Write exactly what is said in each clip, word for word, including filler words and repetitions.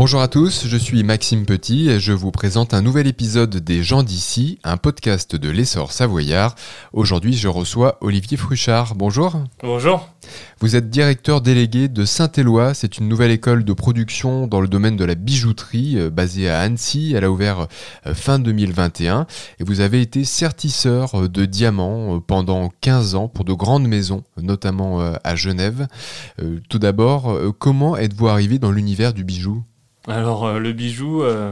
Bonjour à tous, je suis Maxime Petit et je vous présente un nouvel épisode des Gens d'ici, un podcast de l'essor savoyard. Aujourd'hui, je reçois Olivier Fruchard. Bonjour. Bonjour. Vous êtes directeur délégué de Saint-Éloi. C'est une nouvelle école de production dans le domaine de la bijouterie, euh, basée à Annecy. Elle a ouvert euh, fin deux mille vingt et un. Et vous avez été sertisseur euh, de diamants euh, pendant quinze ans pour de grandes maisons, notamment euh, à Genève. Euh, tout d'abord, euh, comment êtes-vous arrivé dans l'univers du bijou ? Alors, euh, le bijou, euh,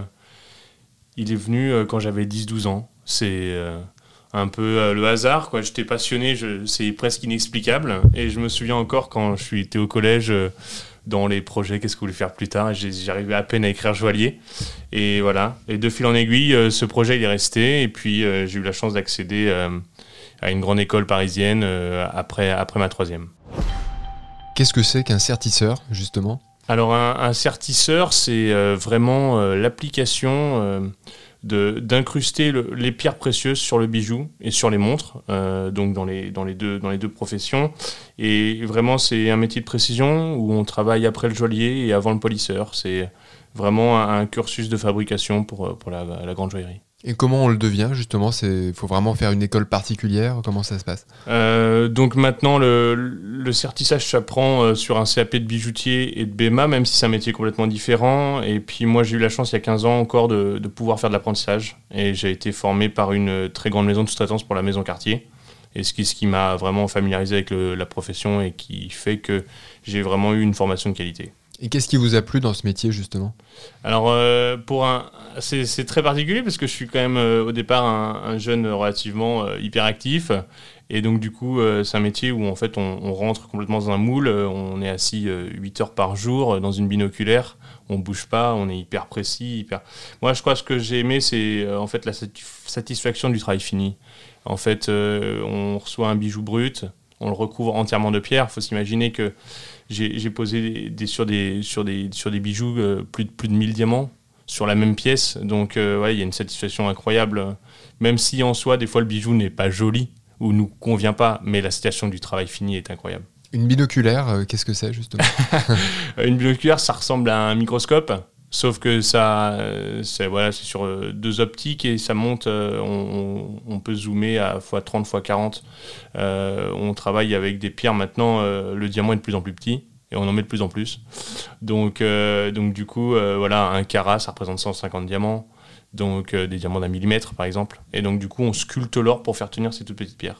il est venu euh, quand j'avais dix douze ans. C'est euh, un peu euh, le hasard, quoi. J'étais passionné, je, c'est presque inexplicable. Et je me souviens encore quand je suis été au collège, euh, dans les projets, qu'est-ce que vous voulez faire plus tard. Et j'ai- j'arrivais à peine à écrire joaillier. Et voilà. Et de fil en aiguille, euh, ce projet, il est resté. Et puis, euh, j'ai eu la chance d'accéder euh, à une grande école parisienne euh, après, après ma troisième. Qu'est-ce que c'est qu'un sertisseur, justement ? Alors un, un sertisseur, c'est euh, vraiment euh, l'application euh, de, d'incruster le- les pierres précieuses sur le bijou et sur les montres, euh, donc dans les, dans, les deux, dans les deux professions. Et vraiment, c'est un métier de précision où on travaille après le joaillier et avant le polisseur. C'est vraiment un, un cursus de fabrication pour, pour la, la grande joaillerie. Et comment on le devient, justement ? Il faut vraiment faire une école particulière ? Comment ça se passe ? Euh, donc maintenant, le, le sertissage s'apprend euh, sur un C A P de bijoutier et de B M A, même si c'est un métier complètement différent. Et puis moi, j'ai eu la chance, il y a quinze ans encore, de, de pouvoir faire de l'apprentissage. Et j'ai été formé par une très grande maison de sous-traitance pour la maison Cartier. Et ce qui, ce qui m'a vraiment familiarisé avec le- la profession et qui fait que j'ai vraiment eu une formation de qualité. Et qu'est-ce qui vous a plu dans ce métier, justement ? Alors, euh, pour un, c'est, c'est très particulier parce que je suis quand même euh, au départ un, un jeune relativement euh, hyperactif. Et donc, du coup, euh, c'est un métier où en fait on, on rentre complètement dans un moule. euh, On est assis euh, huit heures par jour euh, dans une binoculaire. On bouge pas, on est hyper précis. Hyper... Moi, je crois que ce que j'ai aimé, c'est euh, en fait la sati- satisfaction du travail fini. En fait, euh, on reçoit un bijou brut, on le recouvre entièrement de pierre. Il faut s'imaginer que j'ai, j'ai posé des, des- sur, des, sur, des, sur des bijoux euh, plus, de, plus de mille diamants sur la même pièce. Donc, euh, ouais, il y a une satisfaction incroyable. Même si en soi, des fois, le bijou n'est pas joli ou nous convient pas, mais la satisfaction du travail fini est incroyable. Une binoculaire, euh, qu'est-ce que c'est, justement ? Euh, Une binoculaire, ça ressemble à un microscope, sauf que ça, euh, c'est, voilà, c'est sur euh, deux optiques et ça monte, euh, on, on peut zoomer à fois trente, fois quarante. Euh, on travaille avec des pierres maintenant, euh, le diamant est de plus en plus petit et on en met de plus en plus. Donc, euh, donc du coup, euh, voilà, un carat, ça représente cent cinquante diamants, donc euh, des diamants d'un millimètre par exemple. Et donc du coup, on sculpte l'or pour faire tenir ces toutes petites pierres.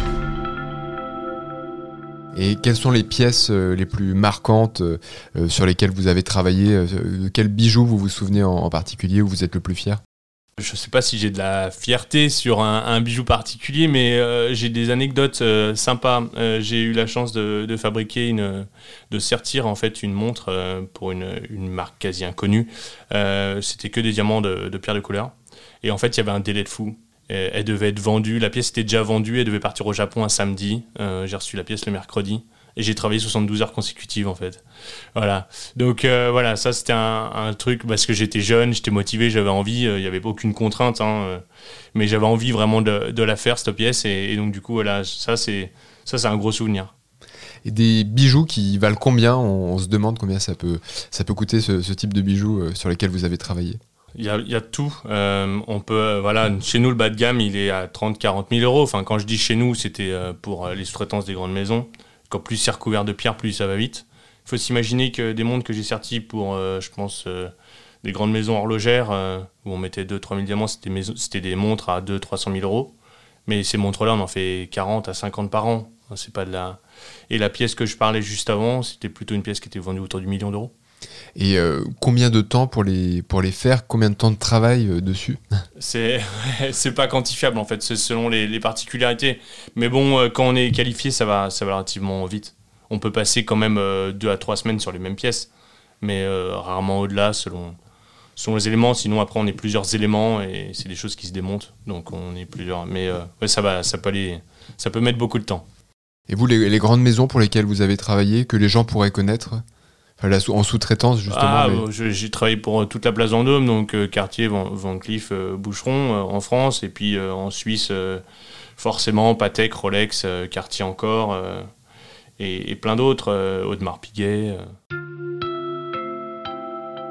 Et quelles sont les pièces euh, les plus marquantes euh, euh, sur lesquelles vous avez travaillé ? euh, De quel bijou vous vous souvenez en, en particulier, où vous êtes le plus fier ? Je ne sais pas si j'ai de la fierté sur un, un bijou particulier, mais euh, j'ai des anecdotes euh, sympas. Euh, j'ai eu la chance de, de fabriquer, une, de sertir en fait une montre euh, pour une, une marque quasi inconnue. Euh, c'était que des diamants de, de pierre de couleur. Et en fait, il y avait un délai de fou. Et elle devait être vendue, la pièce était déjà vendue, elle devait partir au Japon un samedi. Euh, j'ai reçu la pièce le mercredi. Et j'ai travaillé soixante-douze heures consécutives, en fait. Voilà. Donc, euh, voilà, ça, c'était un, un truc parce que j'étais jeune, j'étais motivé, j'avais envie. Il n'y avait aucune contrainte, hein, euh, mais j'avais envie vraiment de, de la faire, cette pièce. Et, et donc, du coup, voilà, ça, c'est, ça, c'est un gros souvenir. Et des bijoux qui valent combien ? on, on se demande combien ça peut, ça peut coûter, ce, ce type de bijoux euh, sur lesquels vous avez travaillé. Il y a, il y a tout. Euh, on peut, euh, voilà, chez nous, le bas de gamme, il est à trente à quarante mille euros. Enfin, quand je dis chez nous, c'était euh, pour euh, les sous-traitances des grandes maisons. Quand plus c'est recouvert de pierre, plus ça va vite. Il faut s'imaginer que des montres que j'ai serties pour, euh, je pense, euh, des grandes maisons horlogères, euh, où on mettait deux à trois mille diamants, c'était, maison, c'était des montres à deux à trois cent mille euros. Mais ces montres-là, on en fait quarante à cinquante par an. C'est pas de la... Et la pièce que je parlais juste avant, c'était plutôt une pièce qui était vendue autour du million d'euros. Et euh, combien de temps pour les, pour les faire ? Combien de temps de travail euh, dessus ? C'est, c'est pas quantifiable en fait, c'est selon les, les particularités. Mais bon, euh, quand on est qualifié, ça va, ça va relativement vite. On peut passer quand même euh, deux à trois semaines sur les mêmes pièces, mais euh, rarement au-delà selon, selon les éléments. Sinon après on est plusieurs éléments et c'est des choses qui se démontent, donc on est plusieurs. Mais euh, ouais, ça va, ça peut aller, ça peut mettre beaucoup de temps. Et vous, les, les grandes maisons pour lesquelles vous avez travaillé, que les gens pourraient connaître ? Enfin, la sous- en sous-traitance, justement. Ah, mais... bon, je- j'ai travaillé pour euh, toute la place Vendôme, donc euh, Cartier, Van, Van Cleef, euh, Boucheron euh, en France, et puis euh, en Suisse, euh, forcément Patek, Rolex, euh, Cartier encore, euh, et, et plein d'autres, euh, Audemars Piguet. Euh.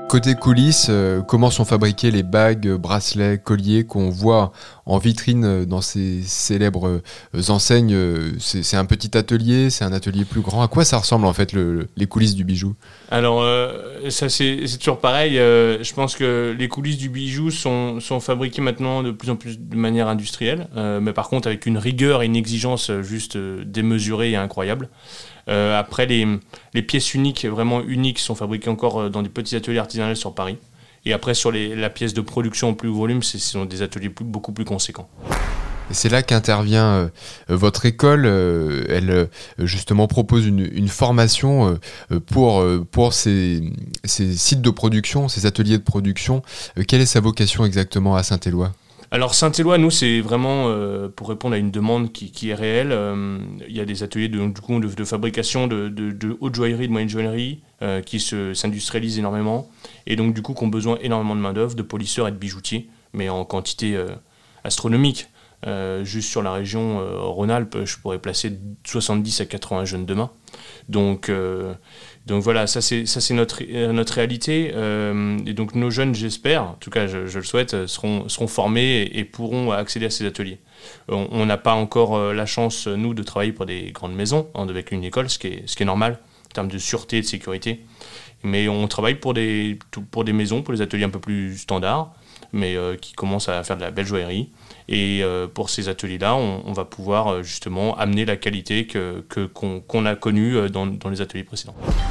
Côté coulisses, euh, comment sont fabriqués les bagues, bracelets, colliers qu'on voit en vitrine dans ces célèbres euh, enseignes? c'est, c'est un petit atelier, c'est un atelier plus grand. À quoi ça ressemble en fait le, les coulisses du bijou? Alors, euh, ça c'est, c'est toujours pareil. Euh, je pense que les coulisses du bijou sont, sont fabriquées maintenant de plus en plus de manière industrielle, euh, mais par contre avec une rigueur et une exigence juste euh, démesurée et incroyable. Euh, après, les, les pièces uniques, vraiment uniques, sont fabriquées encore dans des petits ateliers artisanaux sur Paris. Et après, sur les, la pièce de production en plus haut volume, ce sont des ateliers plus, beaucoup plus conséquents. Et c'est là qu'intervient euh, votre école. Euh, elle euh, justement propose une, une formation euh, pour, euh, pour ces, ces sites de production, ces ateliers de production. Euh, quelle est sa vocation exactement à Saint-Éloi ? Alors Saint-Éloi, nous, c'est vraiment euh, pour répondre à une demande qui, qui est réelle. Euh, il y a des ateliers de, du coup, de, de fabrication de, de, de haute joaillerie, de moyenne joaillerie, euh, qui se, s'industrialisent énormément. Et donc, du coup, qui ont besoin énormément de main-d'œuvre, de polisseurs et de bijoutiers, mais en quantité euh, astronomique. Euh, juste sur la région euh, Rhône-Alpes, je pourrais placer soixante-dix à quatre-vingts jeunes demain. Donc, euh, donc voilà, ça c'est, ça c'est notre, notre réalité. Euh, et donc nos jeunes, j'espère, en tout cas je, je le souhaite, seront, seront formés et, et pourront accéder à ces ateliers. On n'a pas encore euh, la chance, nous, de travailler pour des grandes maisons, hein, avec une école, ce qui est, ce qui est normal en termes de sûreté et de sécurité. Mais on travaille pour des, pour des maisons, pour des ateliers un peu plus standards, mais euh, qui commencent à faire de la belle joaillerie. Et euh, pour ces ateliers-là, on, on va pouvoir euh, justement amener la qualité que, que, qu'on, qu'on a connue euh, dans, dans les ateliers précédents.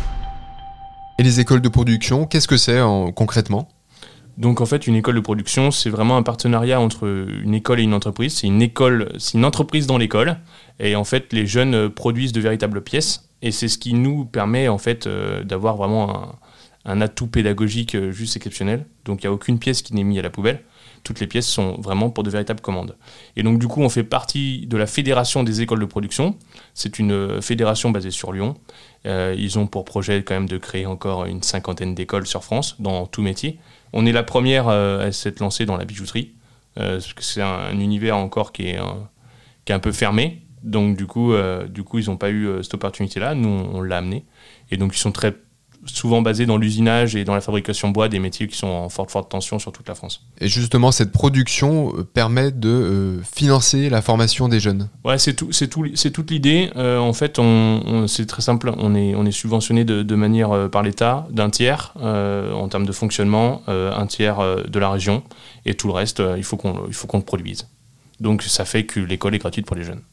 Et les écoles de production, qu'est-ce que c'est en, concrètement ? Donc en fait, une école de production, c'est vraiment un partenariat entre une école et une entreprise. C'est une école, c'est une entreprise dans l'école. Et en fait, les jeunes produisent de véritables pièces. Et c'est ce qui nous permet en fait euh, d'avoir vraiment un, un atout pédagogique euh, juste exceptionnel. Donc il n'y a aucune pièce qui n'est mise à la poubelle. Toutes les pièces sont vraiment pour de véritables commandes. Et donc du coup, on fait partie de la Fédération des écoles de production. C'est une fédération basée sur Lyon. Euh, ils ont pour projet quand même de créer encore une cinquantaine d'écoles sur France, dans tout métier. On est la première euh, à s'être lancée dans la bijouterie, euh, parce que c'est un, un univers encore qui est, un, qui est un peu fermé. Donc du coup, euh, du coup ils n'ont pas eu euh, cette opportunité-là. Nous, on, on l'a amené. Et donc ils sont très souvent basés dans l'usinage et dans la fabrication bois, des métiers qui sont en forte, forte tension sur toute la France. Et justement, cette production permet de euh, financer la formation des jeunes. Ouais, c'est, tout, c'est, tout, c'est toute l'idée. Euh, en fait, on, on, c'est très simple. On est, on est subventionné de, de manière euh, par l'État, d'un tiers euh, en termes de fonctionnement, euh, un tiers euh, de la région, et tout le reste, euh, il faut qu'on, il faut qu'on le produise. Donc ça fait que l'école est gratuite pour les jeunes.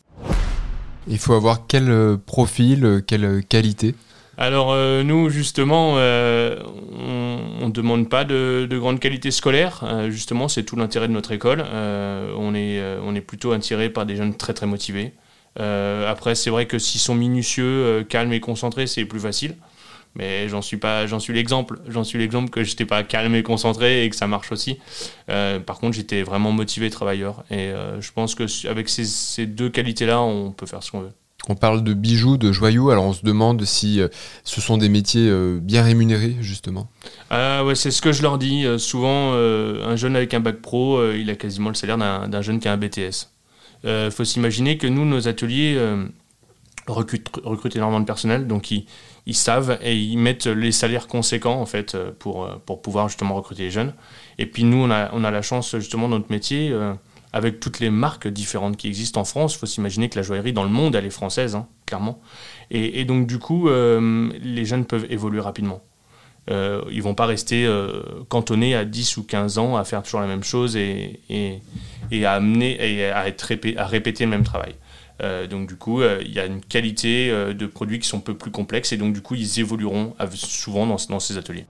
Il faut avoir quel profil, quelle qualité ? Alors euh, nous justement euh, on ne demande pas de, de grande qualité scolaire, euh, justement c'est tout l'intérêt de notre école, euh, on, est, euh, on est plutôt attiré par des jeunes très très motivés. Euh, après c'est vrai que s'ils sont minutieux, euh, calmes et concentrés c'est plus facile, mais j'en suis, pas, j'en suis l'exemple, j'en suis l'exemple que j'étais pas calme et concentré et que ça marche aussi. Euh, par contre j'étais vraiment motivé travailleur et euh, je pense qu'avec ces, ces deux qualités-là on peut faire ce qu'on veut. On parle de bijoux, de joyaux, alors on se demande si euh, ce sont des métiers euh, bien rémunérés, justement. Euh, ouais, c'est ce que je leur dis. Euh, souvent, euh, un jeune avec un bac pro, euh, il a quasiment le salaire d'un, d'un jeune qui a un B T S. Il euh, faut s'imaginer que nous, nos ateliers euh, recrutent, recrutent énormément de personnel, donc ils, ils savent et ils mettent les salaires conséquents en fait, pour, pour pouvoir justement recruter les jeunes. Et puis nous, on a, on a la chance, justement, dans notre métier... Euh, avec toutes les marques différentes qui existent en France. Il faut s'imaginer que la joaillerie dans le monde, elle est française, hein, clairement. Et, et donc, du coup, euh, les jeunes peuvent évoluer rapidement. Euh, ils ne vont pas rester euh, cantonnés à dix ou quinze ans à faire toujours la même chose et, et, et à, amener, et à, être répé- à répéter le même travail. Euh, donc, du coup, il euh, y a une qualité euh, de produits qui sont un peu plus complexes et donc, du coup, ils évolueront souvent dans, dans ces ateliers.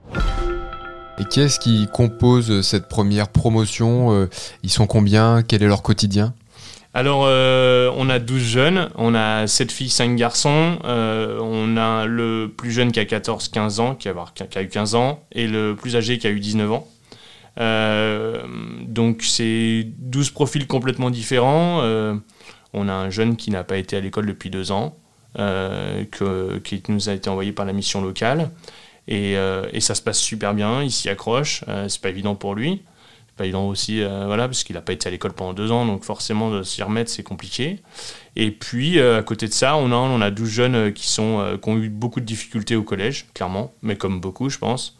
Et qui est-ce qui compose cette première promotion ? Ils sont combien ? Quel est leur quotidien ? Alors, euh, on a douze jeunes, on a sept filles, cinq garçons, euh, on a le plus jeune qui a quatorze quinze ans, qui a, qui a eu quinze ans, et le plus âgé qui a eu dix-neuf ans. Euh, donc, c'est douze profils complètement différents. Euh, on a un jeune qui n'a pas été à l'école depuis deux ans, euh, que, qui nous a été envoyé par la mission locale. Et, euh, et ça se passe super bien, il s'y accroche, euh, c'est pas évident pour lui, c'est pas évident aussi, euh, voilà, parce qu'il n'a pas été à l'école pendant deux ans, donc forcément de s'y remettre c'est compliqué. Et puis euh, à côté de ça, on a, on a douze jeunes qui, sont, euh, qui ont eu beaucoup de difficultés au collège, clairement, mais comme beaucoup je pense.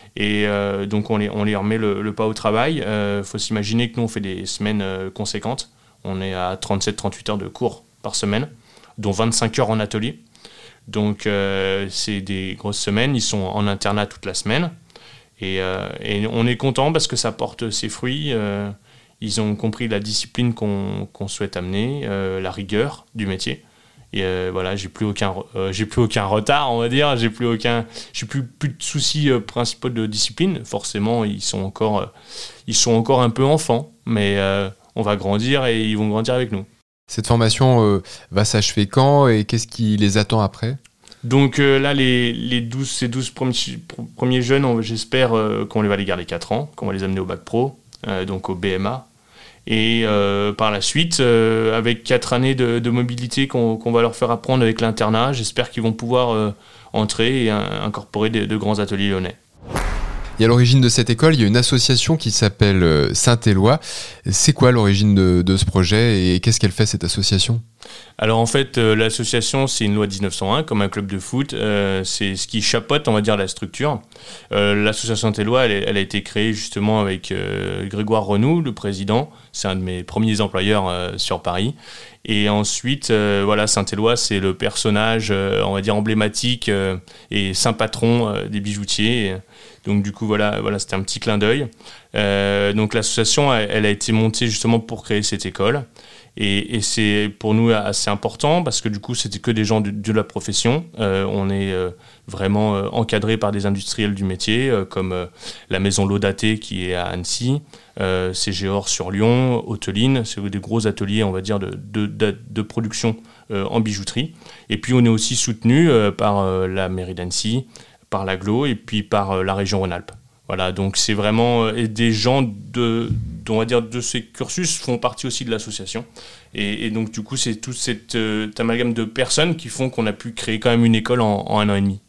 Et euh, donc on les, on les remet le, le pas au travail. Il euh, faut s'imaginer que nous on fait des semaines euh, conséquentes. On est à trente-sept à trente-huit heures de cours par semaine, dont vingt-cinq heures en atelier. Donc euh, c'est des grosses semaines, ils sont en internat toute la semaine. Et, euh, et on est content parce que ça porte ses fruits. Euh, ils ont compris la discipline qu'on, qu'on souhaite amener, euh, la rigueur du métier. Et euh, voilà, j'ai plus aucun, euh, j'ai plus aucun retard, on va dire. J'ai plus aucun, j'ai plus plus de soucis euh, principaux de discipline. Forcément, ils sont encore, euh, ils sont encore un peu enfants, mais euh, on va grandir et ils vont grandir avec nous. Cette formation euh, va s'achever quand et qu'est-ce qui les attend après ? Donc euh, là, les, les douze, ces douze premiers, premiers jeunes, on, j'espère euh, qu'on les va les garder quatre ans, qu'on va les amener au bac pro, euh, donc au B M A. Et euh, par la suite, euh, avec quatre années de, de mobilité qu'on, qu'on va leur faire apprendre avec l'internat, j'espère qu'ils vont pouvoir euh, entrer et euh, incorporer de, de grands ateliers lyonnais. Et à l'origine de cette école, il y a une association qui s'appelle Saint-Éloi. C'est quoi l'origine de, de ce projet et qu'est-ce qu'elle fait cette association ? Alors en fait, euh, l'association, c'est une loi dix-neuf cent un, comme un club de foot. Euh, c'est ce qui chapeaute, on va dire, la structure. Euh, l'association Saint-Éloi, elle, elle a été créée justement avec euh, Grégoire Renou, le président. C'est un de mes premiers employeurs euh, sur Paris. Et ensuite, euh, voilà, Saint-Éloi, c'est le personnage, euh, on va dire, emblématique euh, et saint patron euh, des bijoutiers. Et donc du coup, voilà, voilà, c'était un petit clin d'œil. Euh, donc l'association, elle, elle a été montée justement pour créer cette école. Et, et c'est pour nous assez important parce que du coup, c'était que des gens de, de la profession. Euh, on est euh, vraiment euh, encadré par des industriels du métier, euh, comme euh, la maison Laudaté qui est à Annecy, euh, C G Or sur Lyon, Hauteline. C'est des gros ateliers, on va dire, de, de, de, de production euh, en bijouterie. Et puis, on est aussi soutenu euh, par euh, la mairie d'Annecy, par l'Aglo et puis par euh, la région Rhône-Alpes. Voilà, donc c'est vraiment euh, des gens de, on va dire, de ces cursus font partie aussi de l'association. Et, et donc du coup, c'est tout cet euh, amalgame de personnes qui font qu'on a pu créer quand même une école en, en un an et demi.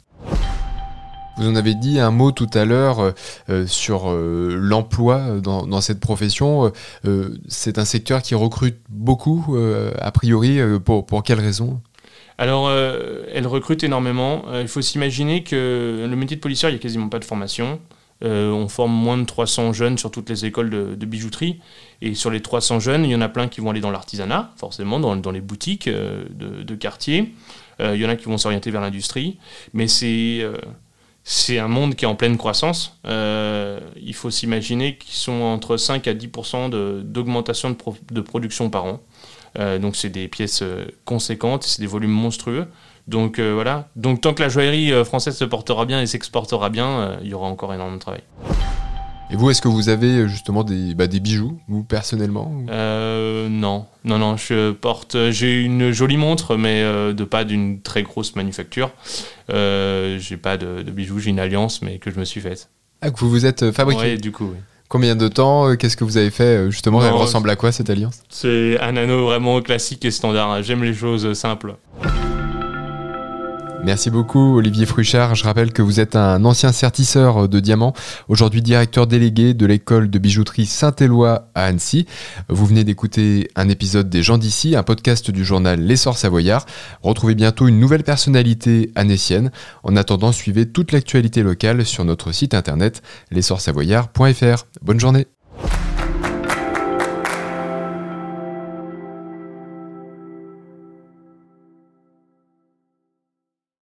Vous en avez dit un mot tout à l'heure euh, sur euh, l'emploi dans, dans cette profession. Euh, c'est un secteur qui recrute beaucoup, euh, a priori. Euh, pour, pour quelles raisons ? Alors, euh, elle recrute énormément. Euh, il faut s'imaginer que le métier de policier, il n'y a quasiment pas de formation. Euh, on forme moins de trois cents jeunes sur toutes les écoles de, de bijouterie. Et sur les trois cents jeunes, il y en a plein qui vont aller dans l'artisanat, forcément, dans, dans les boutiques euh, de, de quartier. Euh, il y en a qui vont s'orienter vers l'industrie. Mais c'est, euh, c'est un monde qui est en pleine croissance. Euh, il faut s'imaginer qu'ils sont entre cinq à dix pour cent de, d'augmentation de, pro, de production par an. Euh, donc c'est des pièces euh, conséquentes, c'est des volumes monstrueux. Donc euh, voilà, donc tant que la joaillerie euh, française se portera bien et s'exportera bien, euh, il y aura encore énormément de travail. Et vous, est-ce que vous avez justement des, bah, des bijoux, vous personnellement ? euh, Non, non, non, je porte, j'ai une jolie montre, mais euh, de pas d'une très grosse manufacture. Euh, j'ai pas de, de bijoux, j'ai une alliance, mais que je me suis faite. Ah, que vous vous êtes fabriqué ? Oui, du coup, oui. Combien de temps ? Qu'est-ce que vous avez fait justement ? Non, Elle ressemble à quoi cette alliance ? C'est un anneau vraiment classique et standard. J'aime les choses simples. Merci beaucoup Olivier Fruchard. Je rappelle que vous êtes un ancien sertisseur de diamants, aujourd'hui directeur délégué de l'école de bijouterie Saint-Éloi à Annecy. Vous venez d'écouter un épisode des Gens d'ici, un podcast du journal L'Essor Savoyard. Retrouvez bientôt une nouvelle personnalité annécienne. En attendant, suivez toute l'actualité locale sur notre site internet l'essor savoyard point f r. Bonne journée.